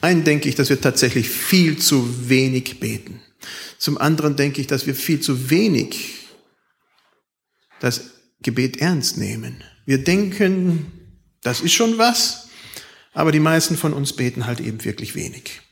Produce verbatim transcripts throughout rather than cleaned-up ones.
einen denke ich, dass wir tatsächlich viel zu wenig beten. Zum anderen denke ich, dass wir viel zu wenig das Gebet ernst nehmen. Wir denken, das ist schon was, aber die meisten von uns beten halt eben wirklich wenig.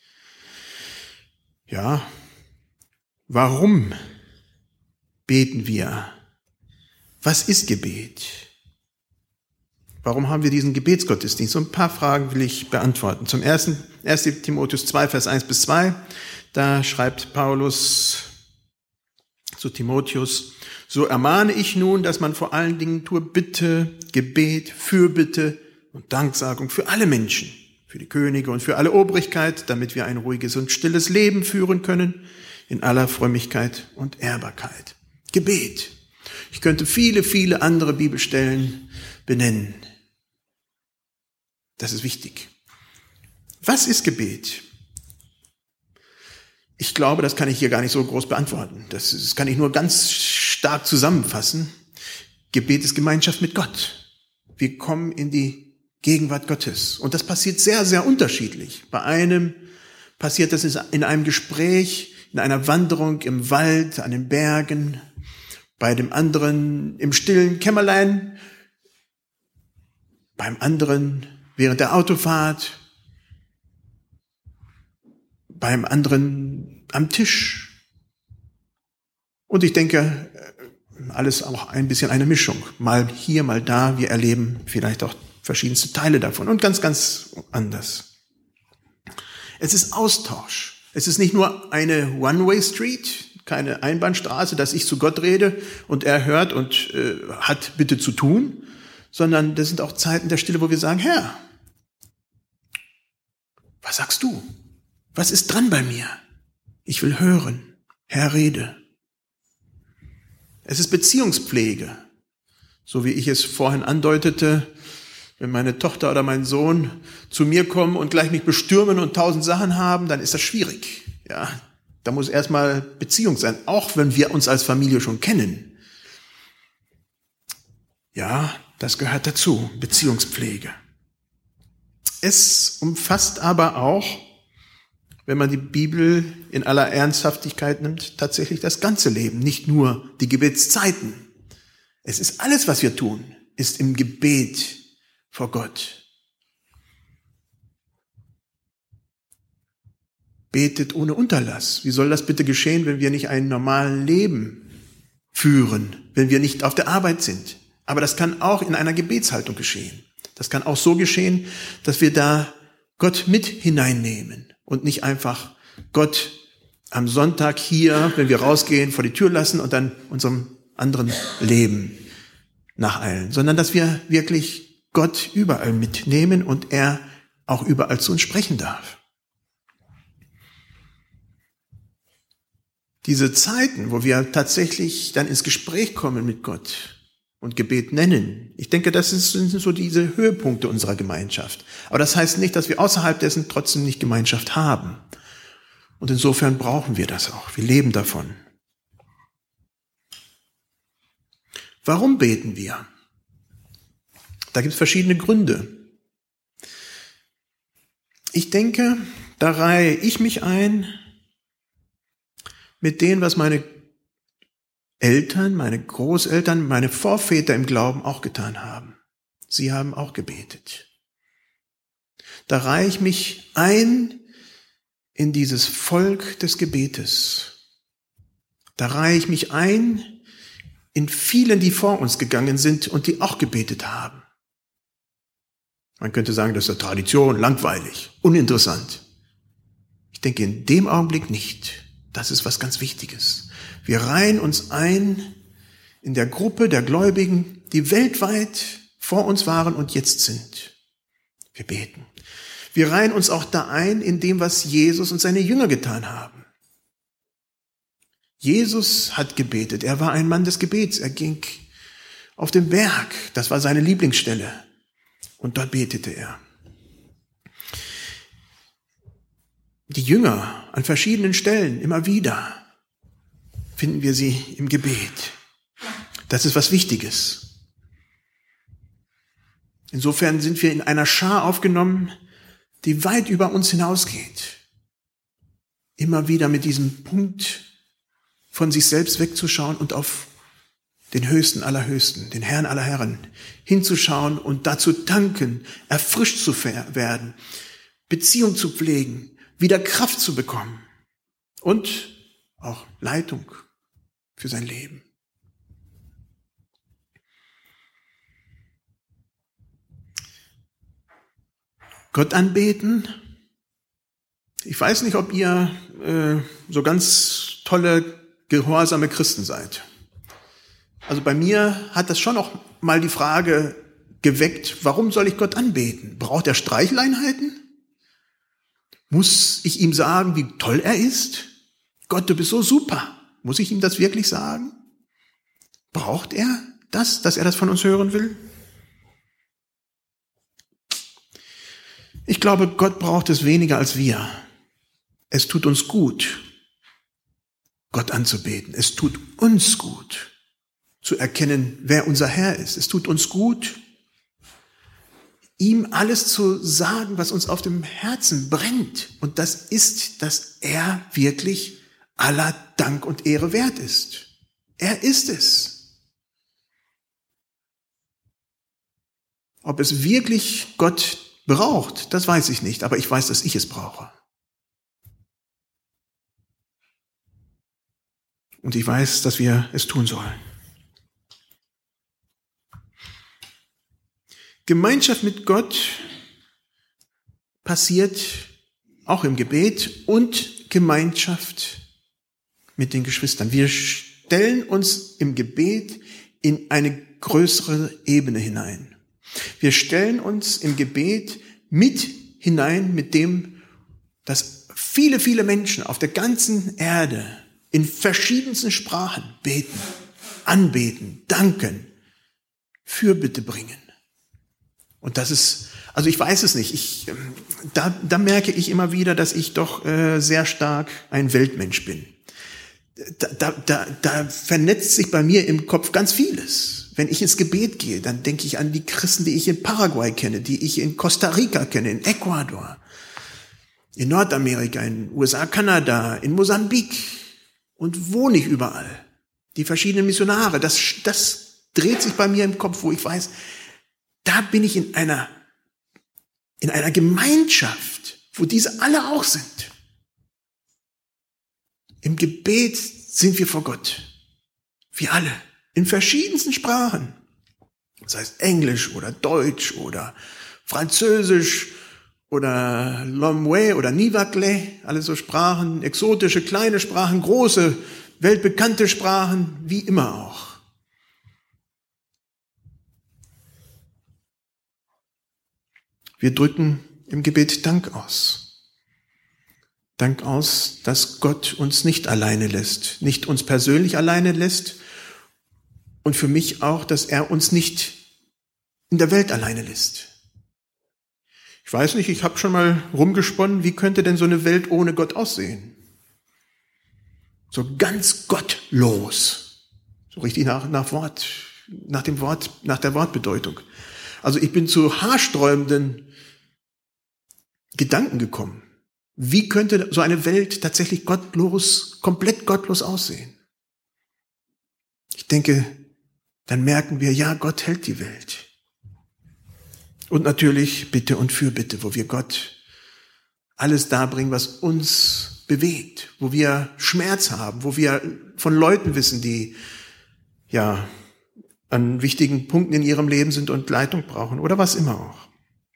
Ja, warum beten wir? Was ist Gebet? Warum haben wir diesen Gebetsgottesdienst? So ein paar Fragen will ich beantworten. Zum ersten, ersten Timotheus zwei, Vers eins bis zwei, da schreibt Paulus zu Timotheus: So ermahne ich nun, dass man vor allen Dingen tue Bitte, Gebet, Fürbitte und Danksagung für alle Menschen, für die Könige und für alle Obrigkeit, damit wir ein ruhiges und stilles Leben führen können, in aller Frömmigkeit und Ehrbarkeit. Gebet. Ich könnte viele, viele andere Bibelstellen benennen. Das ist wichtig. Was ist Gebet? Ich glaube, das kann ich hier gar nicht so groß beantworten. Das, das kann ich nur ganz stark zusammenfassen. Gebet ist Gemeinschaft mit Gott. Wir kommen in die Gegenwart Gottes. Und das passiert sehr, sehr unterschiedlich. Bei einem passiert das in einem Gespräch, in einer Wanderung im Wald, an den Bergen, bei dem anderen im stillen Kämmerlein, beim anderen während der Autofahrt, beim anderen am Tisch. Und ich denke, alles auch ein bisschen eine Mischung. Mal hier, mal da. Wir erleben vielleicht auch verschiedenste Teile davon und ganz, ganz anders. Es ist Austausch. Es ist nicht nur eine One-Way-Street, keine Einbahnstraße, dass ich zu Gott rede und er hört und äh, hat bitte zu tun, sondern das sind auch Zeiten der Stille, wo wir sagen: Herr, was sagst du? Was ist dran bei mir? Ich will hören. Herr, rede. Es ist Beziehungspflege. So wie ich es vorhin andeutete, wenn meine Tochter oder mein Sohn zu mir kommen und gleich mich bestürmen und tausend Sachen haben, dann ist das schwierig. Ja, da muss erstmal Beziehung sein, auch wenn wir uns als Familie schon kennen. Ja, das gehört dazu, Beziehungspflege. Es umfasst aber auch, wenn man die Bibel in aller Ernsthaftigkeit nimmt, tatsächlich das ganze Leben, nicht nur die Gebetszeiten. Es ist alles, was wir tun, ist im Gebet vor Gott. Betet ohne Unterlass. Wie soll das bitte geschehen, wenn wir nicht ein normales Leben führen, wenn wir nicht auf der Arbeit sind? Aber das kann auch in einer Gebetshaltung geschehen. Das kann auch so geschehen, dass wir da Gott mit hineinnehmen und nicht einfach Gott am Sonntag hier, wenn wir rausgehen, vor die Tür lassen und dann unserem anderen Leben nacheilen, sondern dass wir wirklich Gott überall mitnehmen und er auch überall zu uns sprechen darf. Diese Zeiten, wo wir tatsächlich dann ins Gespräch kommen mit Gott und Gebet nennen, ich denke, das sind so diese Höhepunkte unserer Gemeinschaft. Aber das heißt nicht, dass wir außerhalb dessen trotzdem nicht Gemeinschaft haben. Und insofern brauchen wir das auch. Wir leben davon. Warum beten wir? Da gibt es verschiedene Gründe. Ich denke, da reihe ich mich ein mit dem, was meine Eltern, meine Großeltern, meine Vorväter im Glauben auch getan haben. Sie haben auch gebetet. Da reihe ich mich ein in dieses Volk des Gebetes. Da reihe ich mich ein in vielen, die vor uns gegangen sind und die auch gebetet haben. Man könnte sagen, das ist eine Tradition, langweilig, uninteressant. Ich denke in dem Augenblick nicht. Das ist was ganz Wichtiges. Wir reihen uns ein in der Gruppe der Gläubigen, die weltweit vor uns waren und jetzt sind. Wir beten. Wir reihen uns auch da ein in dem, was Jesus und seine Jünger getan haben. Jesus hat gebetet. Er war ein Mann des Gebets. Er ging auf den Berg. Das war seine Lieblingsstelle. Und dort betete er. Die Jünger an verschiedenen Stellen, immer wieder, finden wir sie im Gebet. Das ist was Wichtiges. Insofern sind wir in einer Schar aufgenommen, die weit über uns hinausgeht. Immer wieder mit diesem Punkt von sich selbst wegzuschauen und auf den Höchsten aller Höchsten, den Herrn aller Herren, hinzuschauen und dazu danken, erfrischt zu werden, Beziehung zu pflegen, wieder Kraft zu bekommen und auch Leitung für sein Leben. Gott anbeten. Ich weiß nicht, ob ihr äh, so ganz tolle, gehorsame Christen seid. Also bei mir hat das schon auch mal die Frage geweckt, warum soll ich Gott anbeten? Braucht er Streicheleinheiten? Muss ich ihm sagen, wie toll er ist? Gott, du bist so super. Muss ich ihm das wirklich sagen? Braucht er das, dass er das von uns hören will? Ich glaube, Gott braucht es weniger als wir. Es tut uns gut, Gott anzubeten. Es tut uns gut, zu erkennen, wer unser Herr ist. Es tut uns gut, ihm alles zu sagen, was uns auf dem Herzen brennt. Und das ist, dass er wirklich aller Dank und Ehre wert ist. Er ist es. Ob es wirklich Gott braucht, das weiß ich nicht, aber ich weiß, dass ich es brauche. Und ich weiß, dass wir es tun sollen. Gemeinschaft mit Gott passiert auch im Gebet und Gemeinschaft mit den Geschwistern. Wir stellen uns im Gebet in eine größere Ebene hinein. Wir stellen uns im Gebet mit hinein mit dem, dass viele, viele Menschen auf der ganzen Erde in verschiedensten Sprachen beten, anbeten, danken, Fürbitte bringen. Und das ist, also ich weiß es nicht, ich, da, da merke ich immer wieder, dass ich doch äh, sehr stark ein Weltmensch bin. Da, da, da, da vernetzt sich bei mir im Kopf ganz vieles. Wenn ich ins Gebet gehe, dann denke ich an die Christen, die ich in Paraguay kenne, die ich in Costa Rica kenne, in Ecuador, in Nordamerika, in den U S A, Kanada, in Mosambik und wo nicht überall. Die verschiedenen Missionare, das, das dreht sich bei mir im Kopf, wo ich weiß, da bin ich in einer, in einer Gemeinschaft, wo diese alle auch sind. Im Gebet sind wir vor Gott. Wir alle. In verschiedensten Sprachen. Das heißt Englisch oder Deutsch oder Französisch oder Lomwe oder Nivakle. Alle so Sprachen, exotische, kleine Sprachen, große, weltbekannte Sprachen, wie immer auch. Wir drücken im Gebet Dank aus. Dank aus, dass Gott uns nicht alleine lässt, nicht uns persönlich alleine lässt und für mich auch, dass er uns nicht in der Welt alleine lässt. Ich weiß nicht, ich habe schon mal rumgesponnen, wie könnte denn so eine Welt ohne Gott aussehen? So ganz gottlos. So richtig nach, nach Wort, nach dem Wort, nach der Wortbedeutung. Also ich bin zu haarsträubenden Gedanken gekommen. Wie könnte so eine Welt tatsächlich gottlos, komplett gottlos aussehen? Ich denke, dann merken wir, ja, Gott hält die Welt. Und natürlich Bitte und Fürbitte, wo wir Gott alles darbringen, was uns bewegt, wo wir Schmerz haben, wo wir von Leuten wissen, die ja an wichtigen Punkten in ihrem Leben sind und Leitung brauchen oder was immer auch.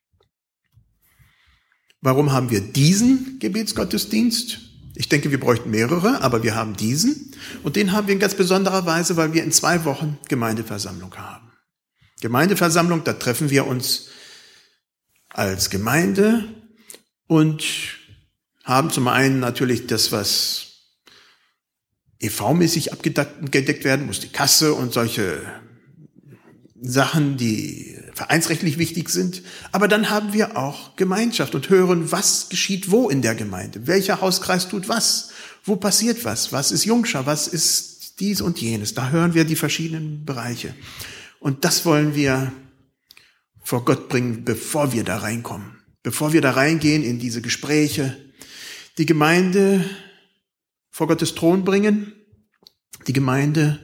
Warum haben wir diesen Gebetsgottesdienst? Ich denke, wir bräuchten mehrere, aber wir haben diesen. Und den haben wir in ganz besonderer Weise, weil wir in zwei Wochen Gemeindeversammlung haben. Gemeindeversammlung, da treffen wir uns als Gemeinde und haben zum einen natürlich das, was E V-mäßig abgedeckt werden muss, die Kasse und solche Sachen, die vereinsrechtlich wichtig sind. Aber dann haben wir auch Gemeinschaft und hören, was geschieht wo in der Gemeinde. Welcher Hauskreis tut was? Wo passiert was? Was ist Jungschar? Was ist dies und jenes? Da hören wir die verschiedenen Bereiche. Und das wollen wir vor Gott bringen, bevor wir da reinkommen. bevor wir da reingehen in diese Gespräche, die Gemeinde vor Gottes Thron bringen, die Gemeinde,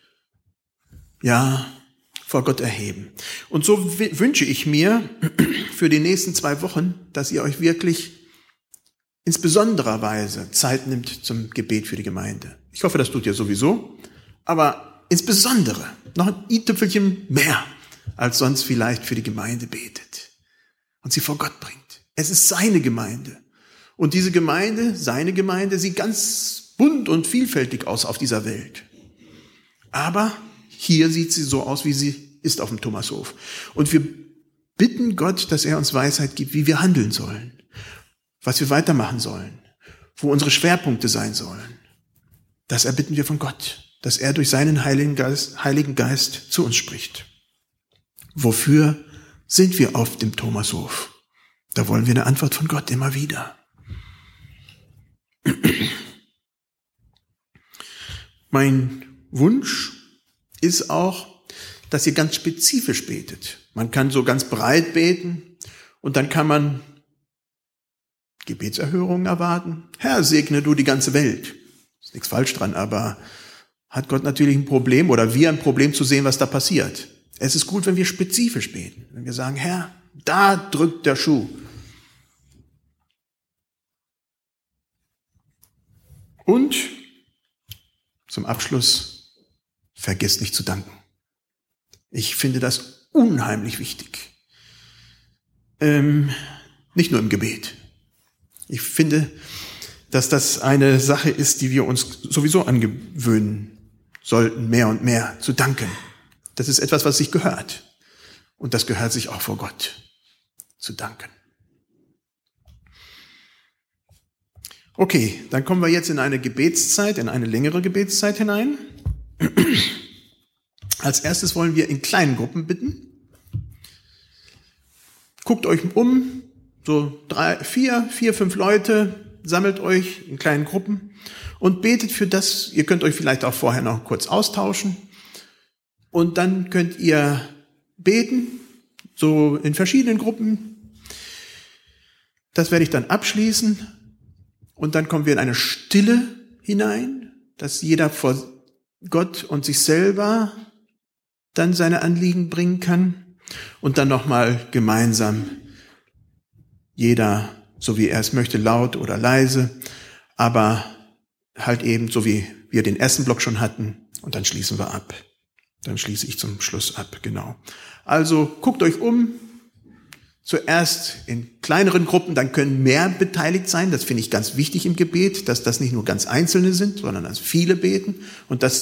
ja, vor Gott erheben. Und so w- wünsche ich mir für die nächsten zwei Wochen, dass ihr euch wirklich in besonderer Weise Zeit nimmt zum Gebet für die Gemeinde. Ich hoffe, das tut ihr sowieso, aber insbesondere noch ein i-Tüpfelchen mehr als sonst vielleicht für die Gemeinde betet und sie vor Gott bringt. Es ist seine Gemeinde. Und diese Gemeinde, seine Gemeinde, sieht ganz bunt und vielfältig aus auf dieser Welt. Aber hier sieht sie so aus, wie sie ist auf dem Thomashof. Und wir bitten Gott, dass er uns Weisheit gibt, wie wir handeln sollen, was wir weitermachen sollen, wo unsere Schwerpunkte sein sollen. Das erbitten wir von Gott, dass er durch seinen Heiligen Geist, Heiligen Geist zu uns spricht. Wofür sind wir auf dem Thomashof? Da wollen wir eine Antwort von Gott immer wieder. Mein Wunsch ist auch, dass ihr ganz spezifisch betet. Man kann so ganz breit beten und dann kann man Gebetserhörungen erwarten. Herr, segne du die ganze Welt. Ist nichts falsch dran, aber hat Gott natürlich ein Problem oder wir ein Problem zu sehen, was da passiert. Es ist gut, wenn wir spezifisch beten. Wenn wir sagen, Herr, da drückt der Schuh. Und zum Abschluss, vergesst nicht zu danken. Ich finde das unheimlich wichtig. Ähm, nicht nur im Gebet. Ich finde, dass das eine Sache ist, die wir uns sowieso angewöhnen sollten, mehr und mehr zu danken. Das ist etwas, was sich gehört. Und das gehört sich auch vor Gott, zu danken. Okay, dann kommen wir jetzt in eine Gebetszeit, in eine längere Gebetszeit hinein. Als erstes wollen wir in kleinen Gruppen bitten. Guckt euch um, so drei, vier, vier, fünf Leute, sammelt euch in kleinen Gruppen und betet für das. Ihr könnt euch vielleicht auch vorher noch kurz austauschen. Und dann könnt ihr beten, so in verschiedenen Gruppen. Das werde ich dann abschließen. Und dann kommen wir in eine Stille hinein, dass jeder vor Gott und sich selber dann seine Anliegen bringen kann. Und dann nochmal gemeinsam, jeder, so wie er es möchte, laut oder leise, aber halt eben so wie wir den ersten Block schon hatten. Und dann schließen wir ab. Dann schließe ich zum Schluss ab, genau. Also guckt euch um. Zuerst in kleineren Gruppen, dann können mehr beteiligt sein. Das finde ich ganz wichtig im Gebet, dass das nicht nur ganz Einzelne sind, sondern dass viele beten und dass